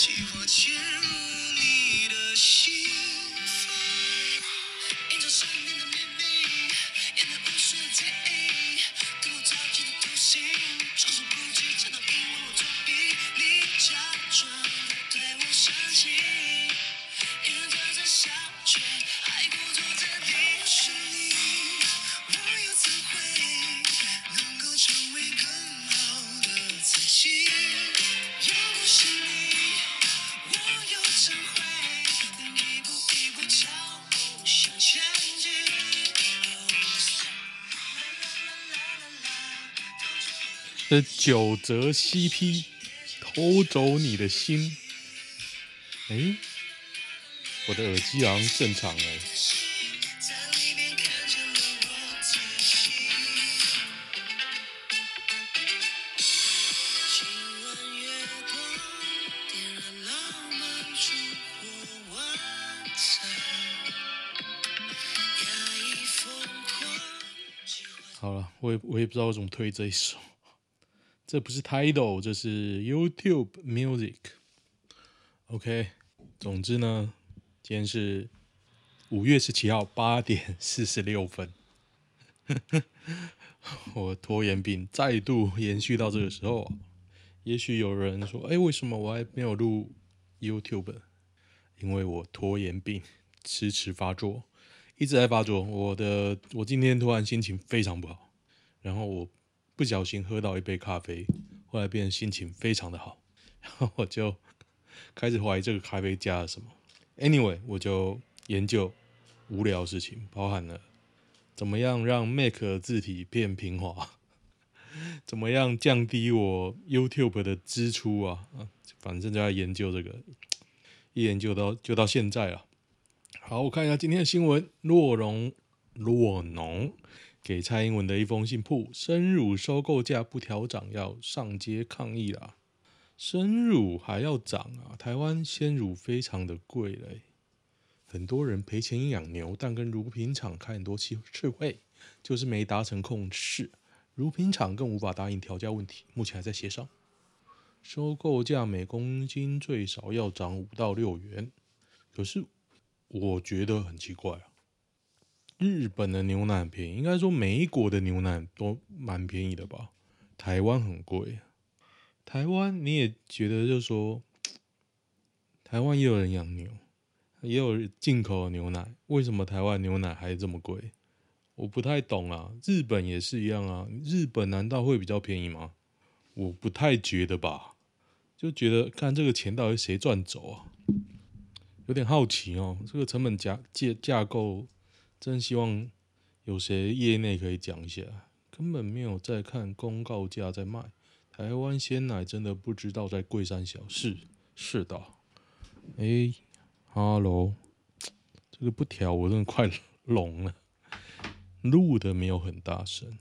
计划潜入你的心房，映照身边的秘密，演得无数的电影，跟我着急的独行，措手不及，真的因为我作弊，你假装的对我生气，一人站在笑却还故作镇定，是你，我又怎会能够成为更好的自己？要不是你，我又怎会能一步一步朝梦想前进？ 这九则 CP 偷走你的心，我的耳机好像正常了。 在里面看见了我自己。今晚月光点燃浪漫烛火晚餐，压抑疯狂。 好了，我也不知道我怎么推这一首，这不是 Tidal， 这是 YouTube Music。OK， 总之呢，今天是5月17号8点46分，我拖延病再度延续到这个时候。也许有人说，为什么我还没有录 YouTube？ 因为我拖延病迟迟发作，一直在发作。我今天突然心情非常不好，然后我不小心喝到一杯咖啡，后来变成心情非常的好，然后我就开始怀疑这个咖啡加了什么。Anyway， 我就研究无聊的事情，包含了怎么样让 Mac 的字体变平滑，怎么样降低我 YouTube 的支出啊，反正就在研究这个，一研究就到现在了。好，我看一下今天的新闻，洛农给蔡英文的一封信铺，生乳收购价不调涨，要上街抗议啦。生乳还要涨啊！台湾鲜乳非常的贵嘞，很多人赔钱养牛，但跟乳品厂开很多次会，就是没达成共识。乳品厂更无法答应调价问题，目前还在协商。收购价每公斤最少要涨5到6元，可是我觉得很奇怪啊。日本的牛奶很便宜，应该说美国的牛奶都蛮便宜的吧？台湾很贵。台湾你也觉得就是说，台湾也有人养牛，也有进口的牛奶，为什么台湾牛奶还这么贵？我不太懂啊。日本也是一样啊，日本难道会比较便宜吗？我不太觉得吧，就觉得看这个钱到底谁赚走啊？有点好奇哦，这个成本架构，真希望有谁业内可以讲一下。根本没有在看公告价在卖，台湾鲜奶真的不知道在贵三小，是的。Hello， 这个不调我真的快聋了，录的没有很大声，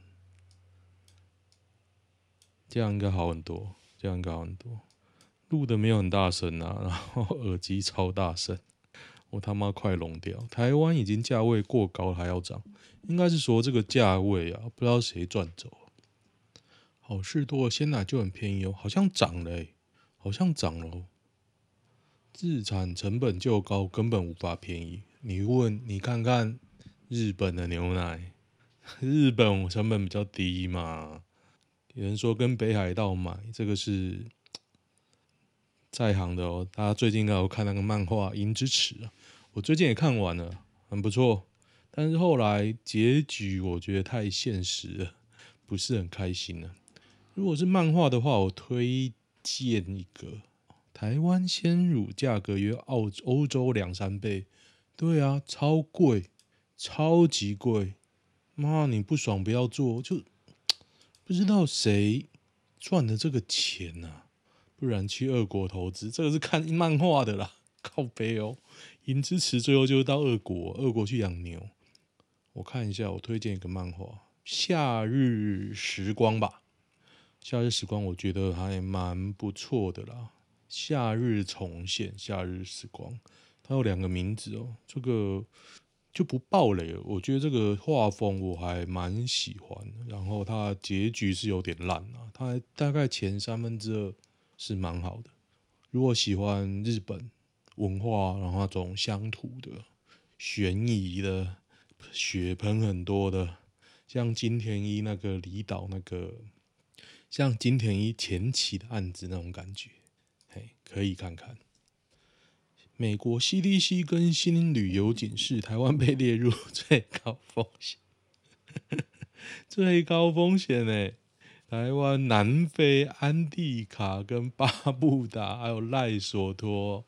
这样应该好很多，录的没有很大声啊，然后耳机超大声，我他妈快聋掉。台湾已经价位过高了还要涨，应该是说这个价位啊，不知道谁赚走。好事多的鲜奶就很便宜哦，好像涨了好像涨了哦。自产成本就高，根本无法便宜。你看看日本的牛奶，日本成本比较低嘛。有人说跟北海道买，这个是在行的哦。大家最近应该有看那个漫画《银之匙》啊，我最近也看完了，很不错。但是后来结局我觉得太现实了，不是很开心了。如果是漫画的话，我推荐一个台湾鲜乳价格约欧洲2-3倍，对啊，超贵，超级贵。妈，你不爽不要做，就不知道谁赚的这个钱啊，不然去俄国投资，这个是看漫画的啦，靠北哦。银之匙最后就是到俄国去养牛。我看一下，我推荐一个漫画《夏日时光》吧。夏日时光我觉得还蛮不错的啦。夏日重现，夏日时光，它有2个名字哦。这个就不爆雷了，我觉得这个画风我还蛮喜欢的。然后它的结局是有点烂啊，它大概前2/3是蛮好的。 如果喜欢日本文化，然后那种乡土的、悬疑的、血喷很多的，像金田一那个离岛那个，像金田一前期的案子那种感觉，嘿，可以看看。美国 CDC 更新旅游警示，台湾被列入最高风险。最高风险呢？台湾、南非、安地卡跟巴布达，还有赖索托，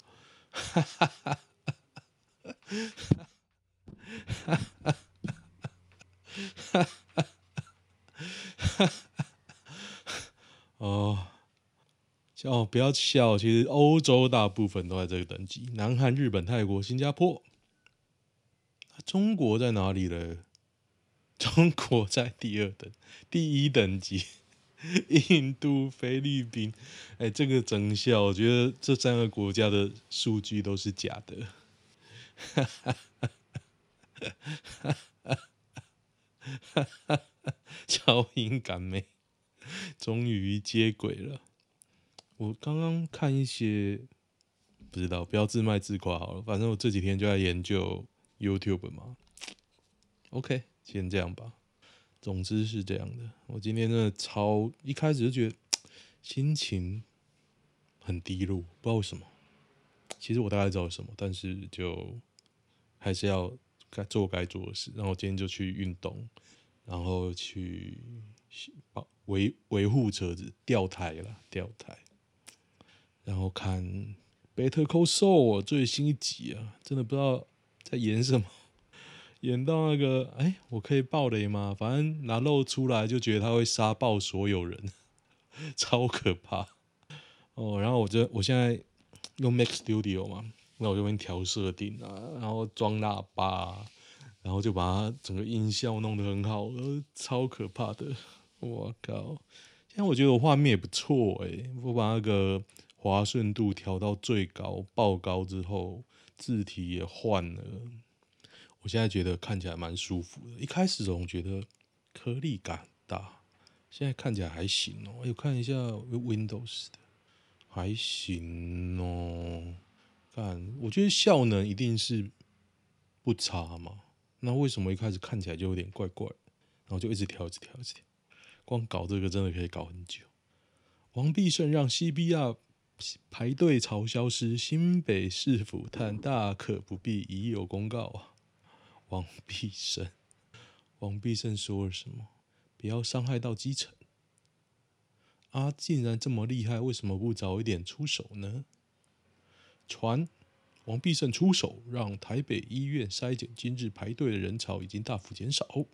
哦，不要笑，其实欧洲大部分都在这个等级，南韩、日本、泰国、新加坡，中国在哪里了？中国在第二等，第一等级，印度、菲律宾，这个整效，我觉得这三个国家的数据都是假的。超音感美，终于接轨了。我刚刚看一些，不知道，不要自卖自夸好了。反正我这几天就在研究 YouTube 嘛。OK，先这样吧。总之是这样的，我今天真的一开始就觉得心情很低落，不知道为什么。其实我大概知道什么，但是就还是要做该做的事。然后今天就去运动，然后去维护车子，吊胎，然后看《Better Call Saul》最新一集啊，真的不知道在演什么。演到那个，我可以爆雷吗？反正拿肉出来就觉得他会杀爆所有人，超可怕哦。然后我现在用 Mac Studio 嘛，那我就边调设定啊，然后装喇叭，然后就把它整个音效弄得很好，超可怕的。我靠！现在我觉得我画面也不错我把那个滑顺度调到最高，爆高之后，字体也换了。我现在觉得看起来蛮舒服的。一开始总觉得颗粒感很大，现在看起来还行哦。我看一下 Windows 的，还行哦。我觉得效能一定是不差嘛。那为什么一开始看起来就有点怪怪？然后就一直调。光搞这个真的可以搞很久。王必胜让 CBR 排队潮消失，新北市府探大可不必，已有公告啊。王必胜说了什么？不要伤害到基层。竟然这么厉害，为什么不早一点出手呢？传王必胜出手，让台北医院筛检今日排队的人潮已经大幅减少。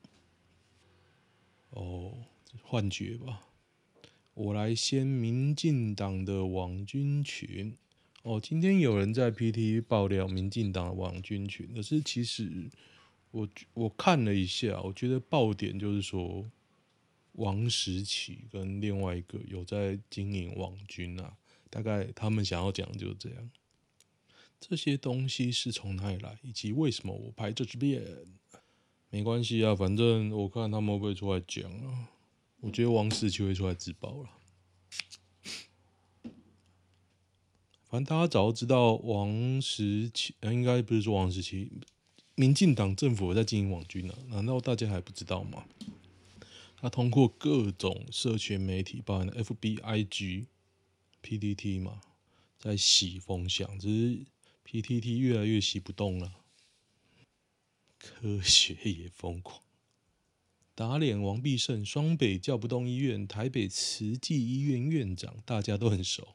幻觉吧。我来先民进党的网军群。今天有人在 PT 爆料民进党的网军群，可是其实我看了一下，我觉得爆点就是说王时期跟另外一个有在经营网军啊，大概他们想要讲就是这样。这些东西是从哪里来，以及为什么我拍这支片？没关系啊，反正我看他们会不会出来讲啊。我觉得王时期会出来自爆了。反正大家早就知道王时期，应该不是说王时期，民进党政府在经营网军啊，难道大家还不知道吗？他通过各种社群媒体，包含 FB、IG、PTT 嘛，在洗风向，只是 PTT 越来越洗不动了。科学也疯狂，打脸王必胜，双北叫不动医院，台北慈济医院院长大家都很熟。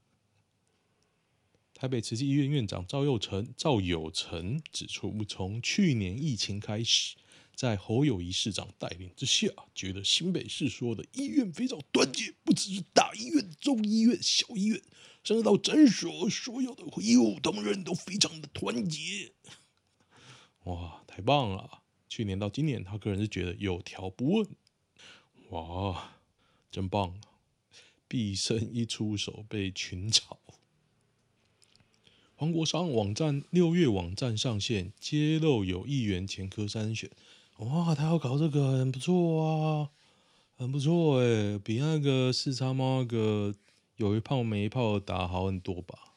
台北慈济医院院长赵有成指出，从去年疫情开始，在侯友宜市长带领之下，觉得新北市所有的医院非常团结，不只是大医院、中医院、小医院，甚至到诊所，所有的医务同仁都非常的团结。哇，太棒了！去年到今年，他个人是觉得有条不紊。哇，真棒！必胜一出手被群嘲。黄国昌网站6月网站上线，揭露有议员前科筛选。哇，他要搞这个很不错啊，很不错比那个四叉猫那个有一炮没一炮打好很多吧。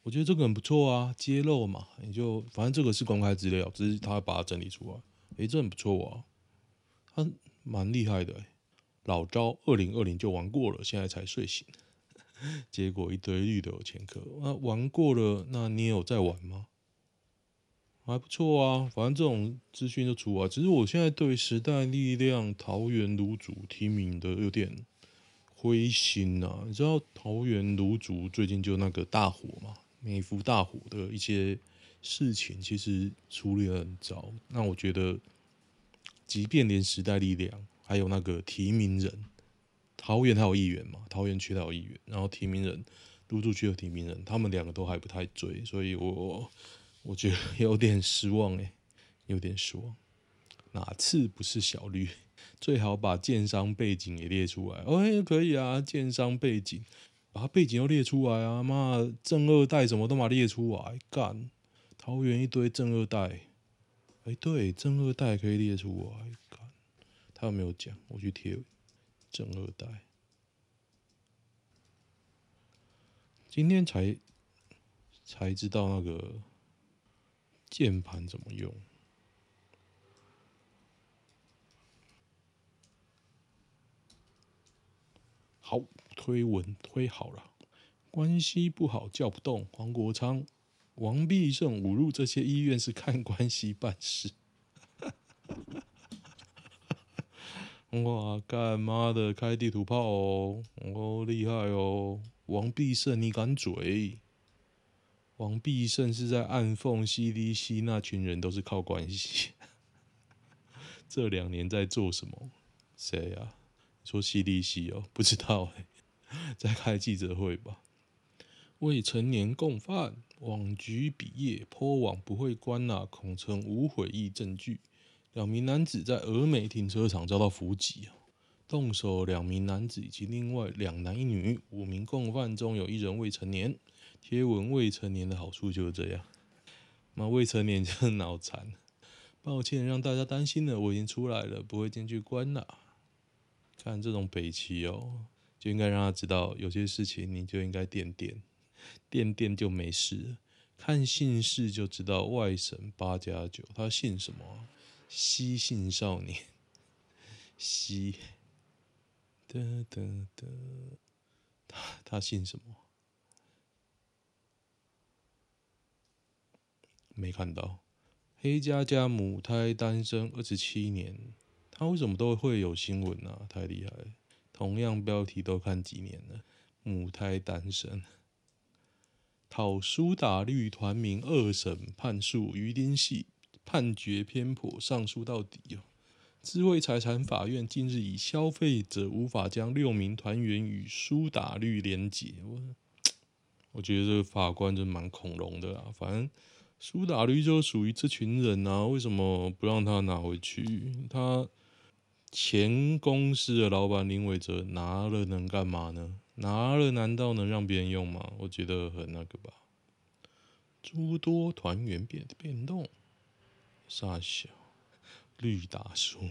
我觉得这个很不错啊，揭露嘛，你就反正这个是公开资料，只是他把它整理出来，这很不错啊，他蛮厉害的老招2020就玩过了，现在才睡醒，结果一堆绿的有前科，那玩过了，那你也有在玩吗？还不错啊，反正这种资讯就出来。只是我现在对时代力量桃园卤煮提名的有点灰心啊。你知道桃园卤煮最近就那个大火嘛，美孚大火的一些事情，其实处理得很糟。那我觉得，即便连时代力量还有那个提名人，桃园还有议员嘛，桃园区还有议员，然后提名人卤煮区的提名人，他们两个都还不太追，所以我觉得有点失望有点失望。哪次不是小绿？最好把建商背景也列出来。可以啊，建商背景，把他背景都列出来啊！妈，正二代什么都把列出来，干！桃园一堆正二代，对，正二代可以列出来，干！他有没有讲？我去贴正二代。今天才知道那个键盘怎么用。好，推文推好了。关系不好叫不动，黄国昌、王必胜侮辱这些医院是看关系办事。哇，干妈的开地图炮哦，厉害哦！王必胜你敢嘴？王必胜是在暗讽 CDC 那群人都是靠关系。这2年在做什么？谁啊？说 CDC 哦，不知道在开记者会吧？未成年共犯，网局毕业泼网不会关啊，恐成无悔意证据。2名男子在峨眉停车场遭到伏击动手2名男子以及另外2男1女，5名共犯中有1人未成年。贴文未成年的好处就是这样，那未成年就是脑残。抱歉让大家担心了，我已经出来了，不会进去关了。看这种北齐就应该让他知道，有些事情你就应该垫垫就没事了。看姓氏就知道外省8+9，他姓什么？西姓少年，西他姓什么？没看到。黑佳佳母胎单身27年，他为什么都会有新闻啊？太厉害了！同样标题都看几年了，母胎单身。讨苏打绿团名2审判诉鱼丁系判决偏颇，上诉到底智慧财产法院近日以消费者无法将6名团员与苏打绿连结，我觉得这个法官真蛮恐龙的啊。反正苏打绿就属于这群人啊，为什么不让他拿回去？他前公司的老板林伟哲拿了能干嘛呢？拿了难道能让别人用吗？我觉得很那个吧。诸多团员变动，傻小绿打书，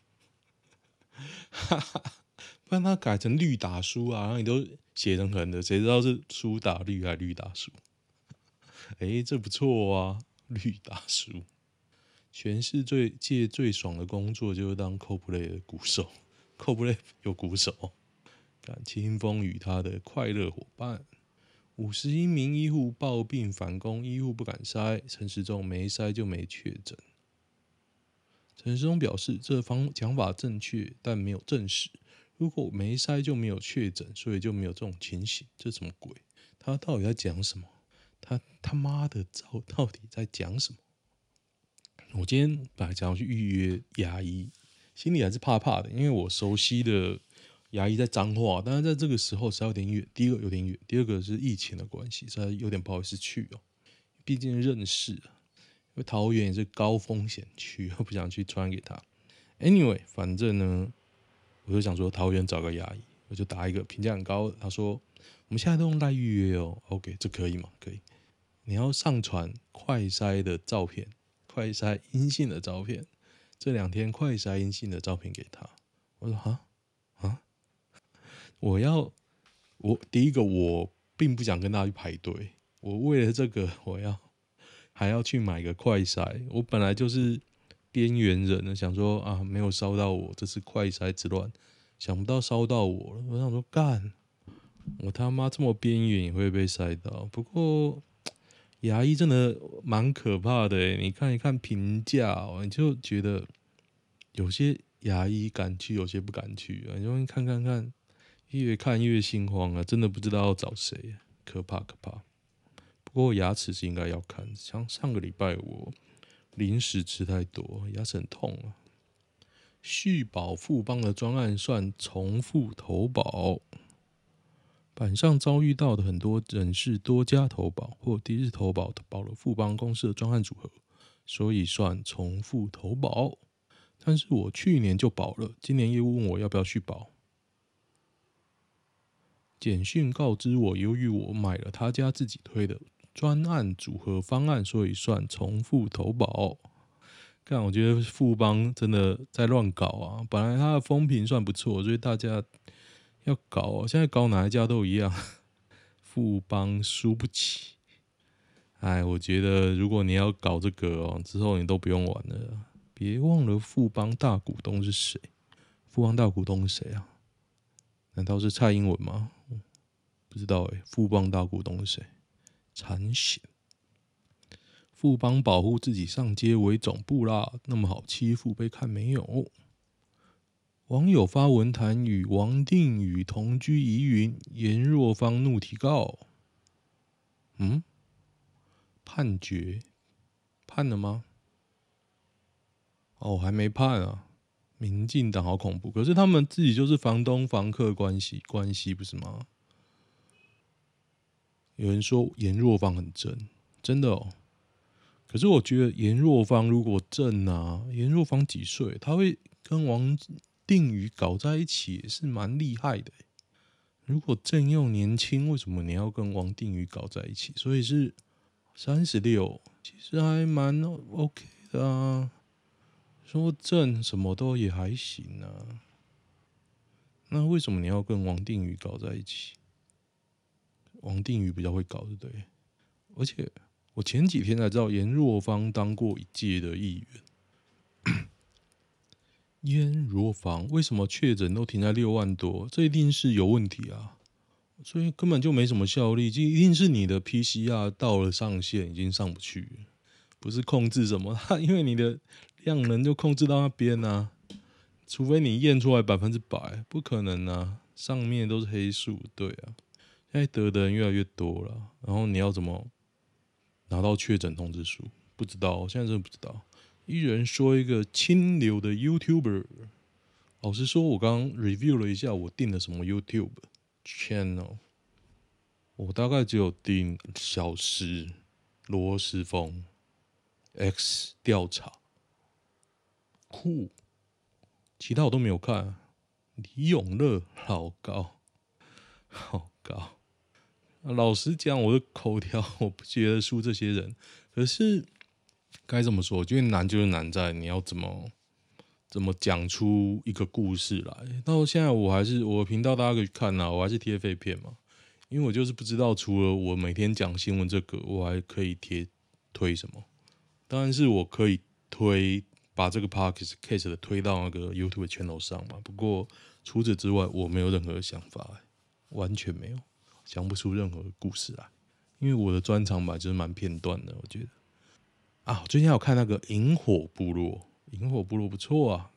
不然他改成绿打书啊，然后你都写成横的，谁知道是苏打绿还是绿打书？这不错啊，绿打书。全世界最爽的工作就是当 Coldplay 的鼓手，Coldplay 有鼓手，清风与他的快乐伙伴。51名医护抱病返工，医护不敢筛，陈时中没筛就没确诊。陈时中表示，这讲法正确，但没有证实。如果没筛就没有确诊，所以就没有这种情形，这什么鬼？他到底在讲什么？他妈的，到底在讲什么？我今天本来想要去预约牙医，心里还是怕怕的，因为我熟悉的牙医在彰化，但是在这个时候实在有点远。第一个有点远，第二个是疫情的关系，实在有点不好意思去毕竟认识因为桃园也是高风险区，我不想去传给他。Anyway， 反正呢，我就想说桃园找个牙医，我就打一个评价很高的。他说我们现在都用赖预约OK， 这可以吗？可以。你要上传快筛的照片。快筛阴性的照片，这2天快筛阴性的照片给他。我说我第一个我并不想跟他去排队， 我为了这个，还要去买个快筛。我本来就是边缘人了，想说啊，没有烧到我，这是快筛之乱。想不到烧到我了，我想说干，我他妈这么边缘也会被筛到。不过牙医真的蛮可怕的诶，你看一看评价，你就觉得有些牙医敢去，有些不敢去啊。你就看看看，越看越心慌啊，真的不知道要找谁，可怕可怕。不过牙齿是应该要看，像上个礼拜我零食吃太多，牙齿很痛啊。续保富邦的专案算重复投保，板上遭遇到的很多人是多家投保或第一次投保保了富邦公司的专案组合，所以算重复投保。但是我去年就保了，今年业务问我要不要续保，简讯告知我，由于我买了他家自己推的专案组合方案，所以算重复投保。看，我觉得富邦真的在乱搞啊！本来它的风评算不错，所以大家要搞，现在搞哪一家都一样。富邦输不起，哎，我觉得如果你要搞这个哦，之后你都不用玩了。别忘了富邦大股东是谁？富邦大股东是谁啊？难道是蔡英文吗？不知道哎。富邦大股东是谁？产险。富邦保护自己上街为总部啦，那么好欺负，被看没有？网友发文谈与王定宇同居疑云，颜若芳怒提告。判决判了吗？哦，还没判啊。民进党好恐怖，可是他们自己就是房东房客关系不是吗？有人说颜若芳很正，真的哦。可是我觉得颜若芳如果正啊，颜若芳几岁？她会跟王定宇搞在一起，也是蛮厉害的。如果正又年轻，为什么你要跟王定宇搞在一起？所以是36，其实还蛮 OK 的啊。说正什么都也还行啊。那为什么你要跟王定宇搞在一起？王定宇比较会搞，对不对？而且我前几天才知道颜若芳当过一届的议员。颜若芳为什么确诊都停在6万多？这一定是有问题啊！所以根本就没什么效力，就一定是你的 PCR 到了上限，已经上不去了，不是控制什么，因为你的量能就控制到那边啊，除非你验出来100%，不可能啊，上面都是黑数，对啊，现在得的人越来越多了，然后你要怎么拿到确诊通知书？不知道，现在真的不知道。一人说一个清流的 YouTuber， 老实说，我刚刚 review 了一下，我订了什么 YouTube channel， 我大概只有订小时、罗时丰、X 调查、酷，其他我都没有看。李永乐、老高，好高。老实讲，我的口条我不觉得输这些人，可是该怎么说？我觉得难就是难在你要怎么讲出一个故事来。到现在我的频道大家可以看啊，我还是贴废片嘛，因为我就是不知道除了我每天讲新闻这个，我还可以推什么。当然是我可以把这个 podcast case 的推到那个 YouTube channel 上嘛。不过除此之外，我没有任何想法，完全没有，想不出任何故事来。因为我的专长吧，就是蛮片段的，我觉得。我最近有看那个《萤火部落》，萤火部落不错啊。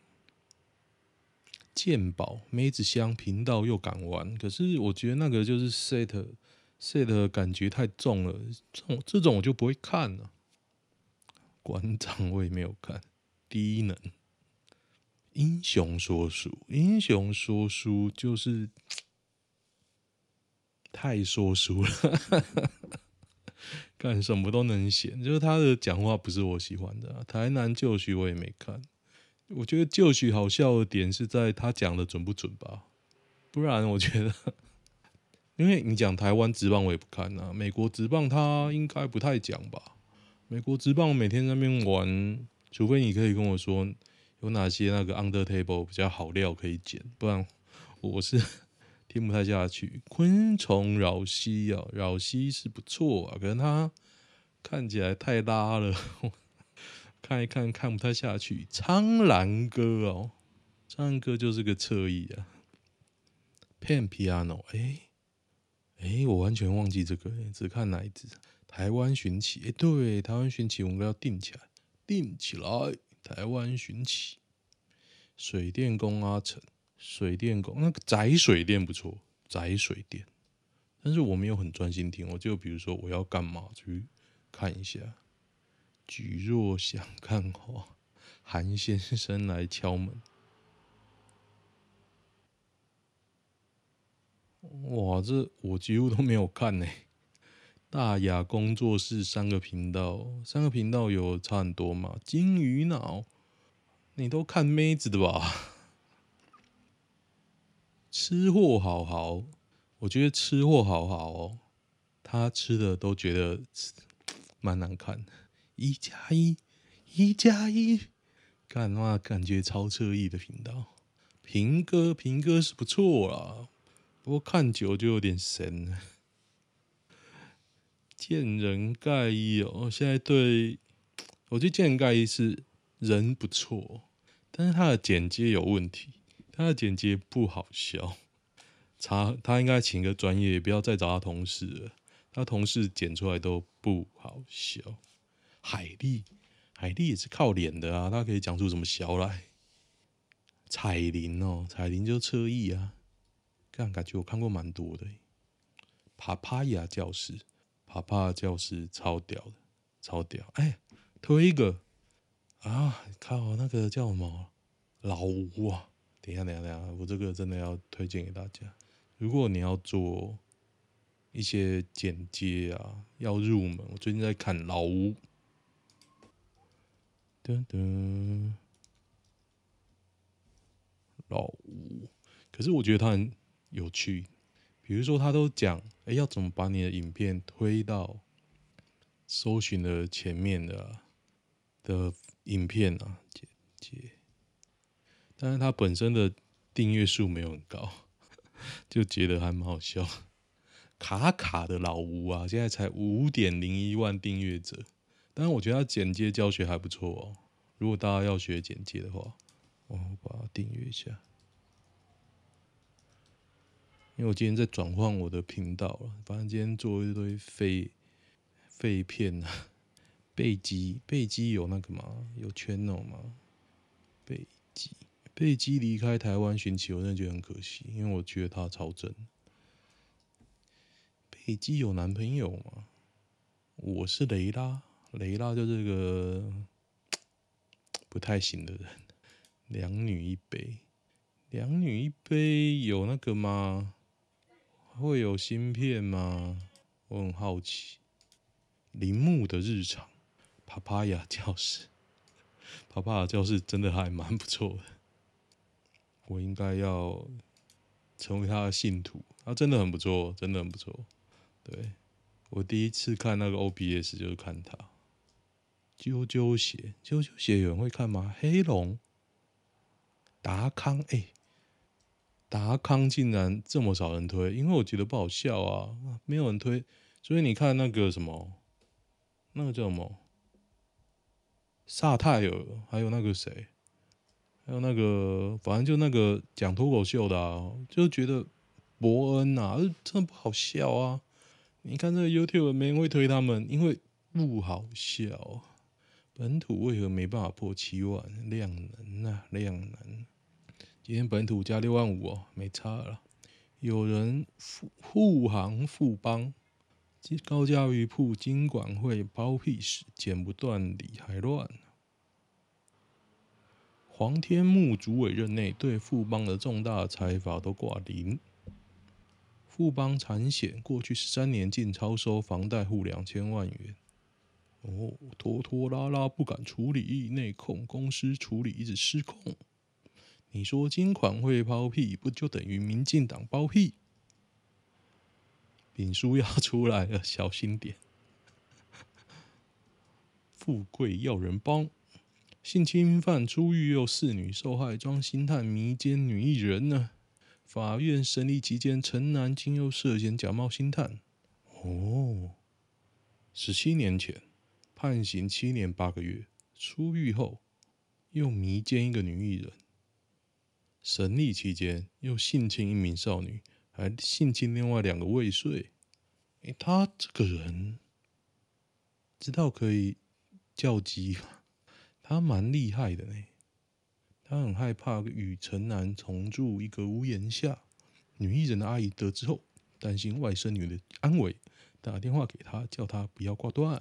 鉴宝妹子香频道又敢玩，可是我觉得那个就是 set 感觉太重了，这种我就不会看了。馆长我也没有看。低能英雄说书就是太说书了，干什么都能写，就是他的讲话不是我喜欢的。台南旧许我也没看，我觉得旧许好笑的点是在他讲的准不准吧，不然我觉得，因为你讲台湾职棒我也不看啊，美国职棒他应该不太讲吧。美国职棒每天在那边玩，除非你可以跟我说有哪些那个 under table 比较好料可以剪，不然我是听不太下去。昆虫扰西啊，扰西是不错啊，可是它看起来太拉了，看一看看不太下去。苍兰哥哦，苍兰哥就是个侧翼啊。Pan Piano，我完全忘记这个，只看哪一支？台湾寻奇，对，台湾寻奇我们要定起来，定起来。台湾寻奇，水电工阿成，水电工那个宅水电不错，宅水电，但是我没有很专心听，我就比如说我要干嘛去看一下。举若想看话，韩先生来敲门。哇，这我几乎都没有看呢。大雅工作室3个频道，3个频道有差很多嘛？金鱼脑，你都看妹子的吧？吃货好好，我觉得吃货好好哦，他吃的都觉得蛮难看的。1+1，1+1，干嘛感觉超侧翼的频道？平哥是不错啦，不过看久就有点神了。见人盖伊哦，现在对我觉得见人盖伊是人不错，但是他的剪接有问题，他的剪接不好笑。他应该请个专业，不要再找他同事了。他同事剪出来都不好笑。海莉也是靠脸的啊，他可以讲出什么小来。彩铃哦，彩铃就侧翼啊，感觉我看过蛮多的。帕帕亚教室，帕帕教室超屌的，超屌！推一个啊，靠，那个叫什么老吴啊？等一下，我这个真的要推荐给大家。如果你要做一些剪接啊，要入门，我最近在看老吴。老吴，可是我觉得他很有趣。比如说，他都讲，要怎么把你的影片推到搜寻的前面的影片啊，剪接。但是他本身的订阅数没有很高，就觉得还蛮好笑。卡卡的老吴啊，现在才5.01万订阅者，但是我觉得他剪接教学还不错哦。如果大家要学剪接的话，我把它订阅一下。因为我今天在转换我的频道了，反正今天做一堆废片啊。贝基有那个吗？有 channel 吗？贝基离开台湾寻奇，我真的觉得很可惜，因为我觉得他超正。贝基有男朋友吗？我是雷拉，雷拉就是个不太行的人。两女一杯有那个吗？会有芯片吗？我很好奇。铃木的日常，帕帕亚教室，帕帕亚教室真的还蛮不错的。我应该要成为他的信徒，他真的很不错，真的很不错。对，我第一次看那个 OBS 就是看他。啾啾鞋有人会看吗？黑龙，达康，达康竟然这么少人推，因为我觉得不好笑啊，没有人推。所以你看那个什么，那个叫什么萨泰尔，还有那个谁，还有那个，反正就那个讲脱口秀的啊，就觉得伯恩啊，真的不好笑啊。你看这个 YouTube 没人会推他们，因为不好笑。本土为何没办法破7万？量能啊，量能。今天本土加6万5哦，没差了。有人护航富邦，高价鱼铺金管会包屁事，剪不断理还乱。黄天木主委任内对富邦的重大财阀都挂零。富邦产险过去13年净超收房贷户2000万元。拖拖拉拉不敢处理，内控公司处理一直失控。你说金管会包庇，不就等于民进党包庇？丙叔要出来了，小心点。富贵要人帮，性侵犯出狱又4女受害，装星探迷奸女艺人呢？ 法院审理期间，陈男竟又涉嫌假冒星探。17年前判刑7年8个月，出狱后又迷奸一个女艺人，审理期间又性侵一名少女，还性侵另外2个未遂。他这个人知道可以叫鸡吗？他蛮厉害的呢。他很害怕与陈男同住一个屋檐下。女艺人的阿姨得知后，担心外甥女的安危，打电话给他，叫他不要挂断。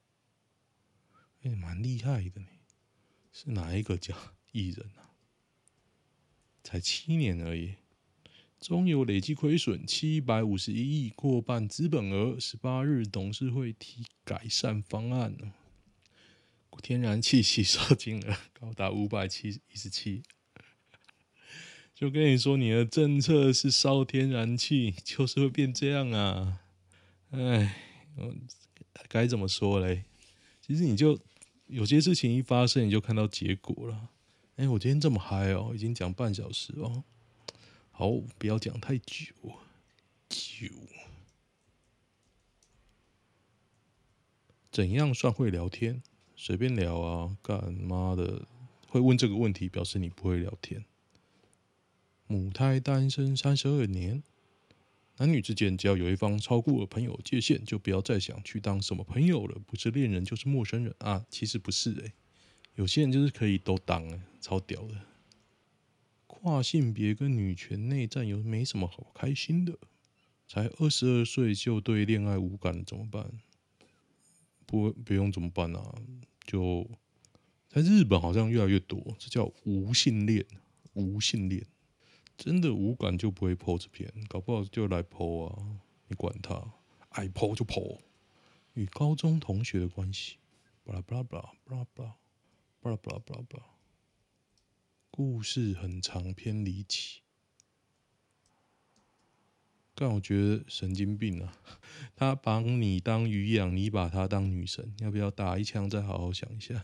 蛮厉害的呢。是哪一个叫艺人啊？才7年而已，中有累计亏损751亿，过半资本额。18日，董事会提改善方案。天然气吸收金额高达517，就跟你说，你的政策是烧天然气，就是会变这样啊！该怎么说嘞？其实你就有些事情一发生，你就看到结果了。我今天这么嗨哦，已经讲半小时哦。好，不要讲太久。怎样算会聊天？随便聊啊，干妈的！会问这个问题，表示你不会聊天。母胎单身32年，男女之间只要有一方超过了朋友界限，就不要再想去当什么朋友了，不是恋人就是陌生人啊！其实不是有些人就是可以都当超屌的。跨性别跟女权内战有没什么好开心的？才22岁就对恋爱无感怎么办？不用怎么办啊？就在日本好像越来越多，这叫无性恋。无性恋真的无感就不会 po 这篇，搞不好就来 po 啊！你管他，爱 po 就 po。与高中同学的关系，巴拉巴拉巴拉巴拉巴拉巴拉巴拉巴拉巴拉，故事很长偏离奇。但我觉得神经病啊！他把你当鱼养，你把他当女神，要不要打一枪再好好想一下？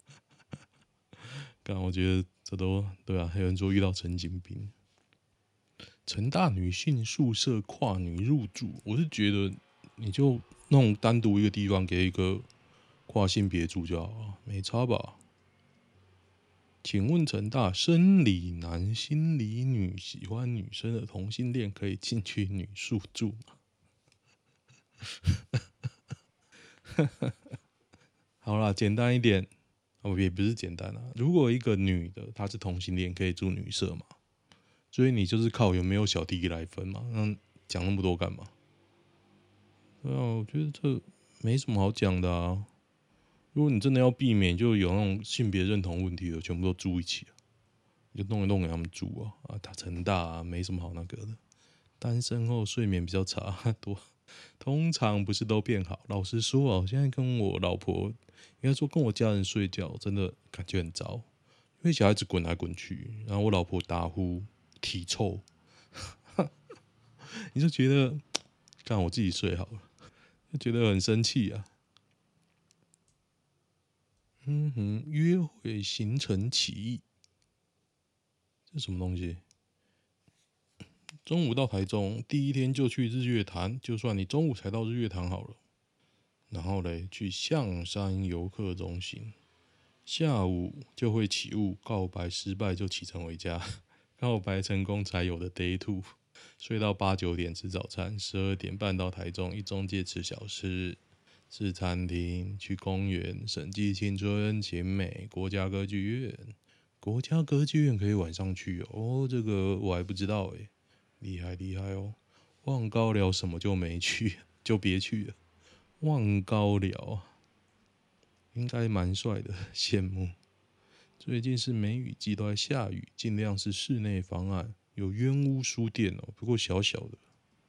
但我觉得这都对啊，还有人说遇到神经病。成大女性宿舍跨女入住，我是觉得你就弄单独一个地方给一个跨性别住就好了，没差吧？请问成大生理男心理女喜欢女生的同性恋可以进去女宿住吗？好啦，简单一点，也不是简单啊。如果一个女的她是同性恋，可以住女舍嘛？所以你就是靠有没有小弟来分嘛？那讲那么多干嘛？对啊，我觉得这没什么好讲的啊。如果你真的要避免就有那种性别认同问题的，全部都住一起啊，就弄一弄给他们住啊。他成大啊，没什么好那个的。单身后睡眠比较差，通常不是都变好。老实说啊，我现在跟我老婆，应该说跟我家人睡觉，真的感觉很糟，因为小孩子滚来滚去，然后我老婆打呼、体臭，你就觉得，干我自己睡好了，就觉得很生气啊。约会行程起义，这什么东西？中午到台中，第一天就去日月潭，就算你中午才到日月潭好了。然后嘞，去象山游客中心，下午就会起雾，告白失败就启程回家，告白成功才有的 day 2，睡到8、9点吃早餐，12点半到台中一中街吃小吃，吃餐厅，去公园，审计青春、勤美、国家歌剧院。国家歌剧院可以晚上去哦，这个我还不知道厉害厉害哦。望高寮什么就没去，就别去了。望高寮应该蛮帅的，羡慕。最近是梅雨季，都在下雨，尽量是室内方案。有冤屋书店不过小小的。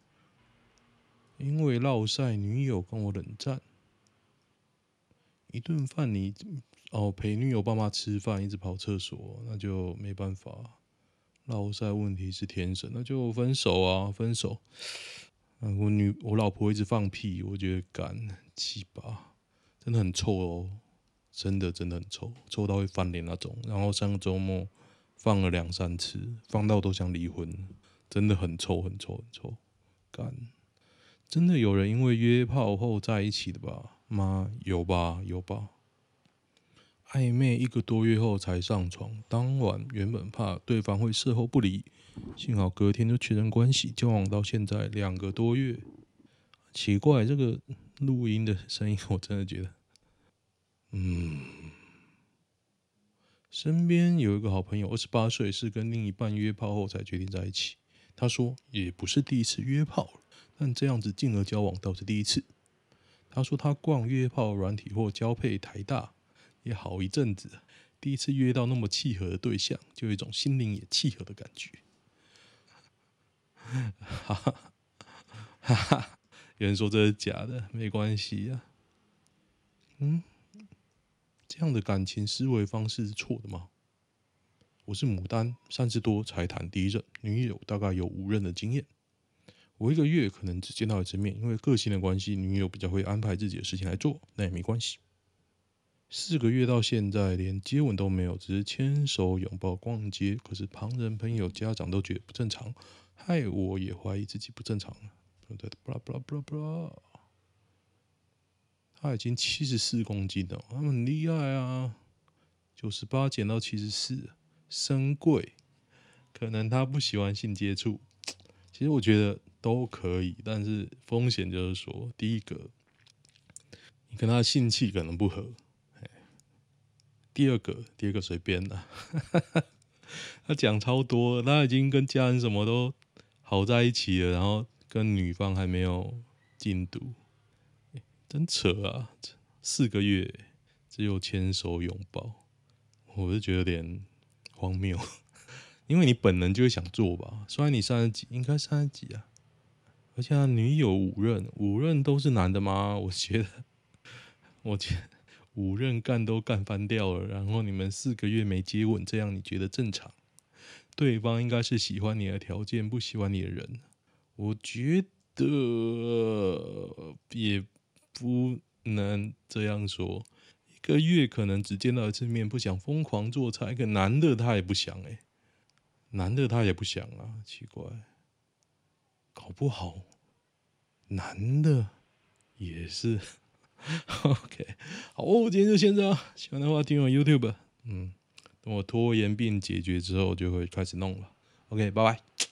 因为落晒，女友跟我冷战。一顿饭你陪女友爸妈吃饭，一直跑厕所，那就没办法。落晒问题是天生，那就分手啊，分手。我老婆一直放屁，我觉得干气吧，真的很臭哦，真的很臭，臭到会翻脸那种。然后上个周末放了2、3次，放到都想离婚， 真的很臭，干，真的有人因为约炮后在一起的吧？妈，有吧？暧昧1个多月后才上床，当晚原本怕对方会事后不理，幸好隔天就确认关系，交往到现在2个多月。奇怪，这个录音的声音我真的觉得，身边有一个好朋友，28岁，是跟另一半约炮后才决定在一起。他说也不是第一次约炮了，但这样子进而交往倒是第一次。他说他逛约炮软体或交配台大也好一阵子了，第一次约到那么契合的对象，就有一种心灵也契合的感觉。哈哈哈哈，有人说这是假的，没关系啊。这样的感情思维方式是错的吗？我是牡丹，30多才谈第一任女友，大概有5任的经验。我1个月可能只见到1次面，因为个性的关系，女友比较会安排自己的事情来做，那也没关系。4个月到现在，连接吻都没有，只是牵手、拥抱、逛街。可是旁人、朋友、家长都觉得不正常，害我也怀疑自己不正常了。他已经74公斤了，他们很厉害啊，98减到74，深贵。可能他不喜欢性接触，其实我觉得都可以，但是风险就是说，第一个，你跟他的性气可能不合；第二个随便啦。他讲超多，他已经跟家人什么都好在一起了，然后跟女方还没有进度，真扯啊！4个月只有牵手拥抱，我就觉得有点荒谬。因为你本能就会想做吧，虽然你30几，应该30几啊，而且他女友5任都是男的吗？我觉得5任干都干翻掉了，然后你们4个月没接吻，这样你觉得正常？对方应该是喜欢你的条件，不喜欢你的人。我觉得也不能这样说，1个月可能只见到1次面，不想疯狂做菜，一个男的他也不想男的他也不想啊，奇怪，搞不好男的也是。OK， 好哦，今天就先这样。喜欢的话订阅 YouTube，等我拖延病解决之后就会开始弄了。OK， 拜拜。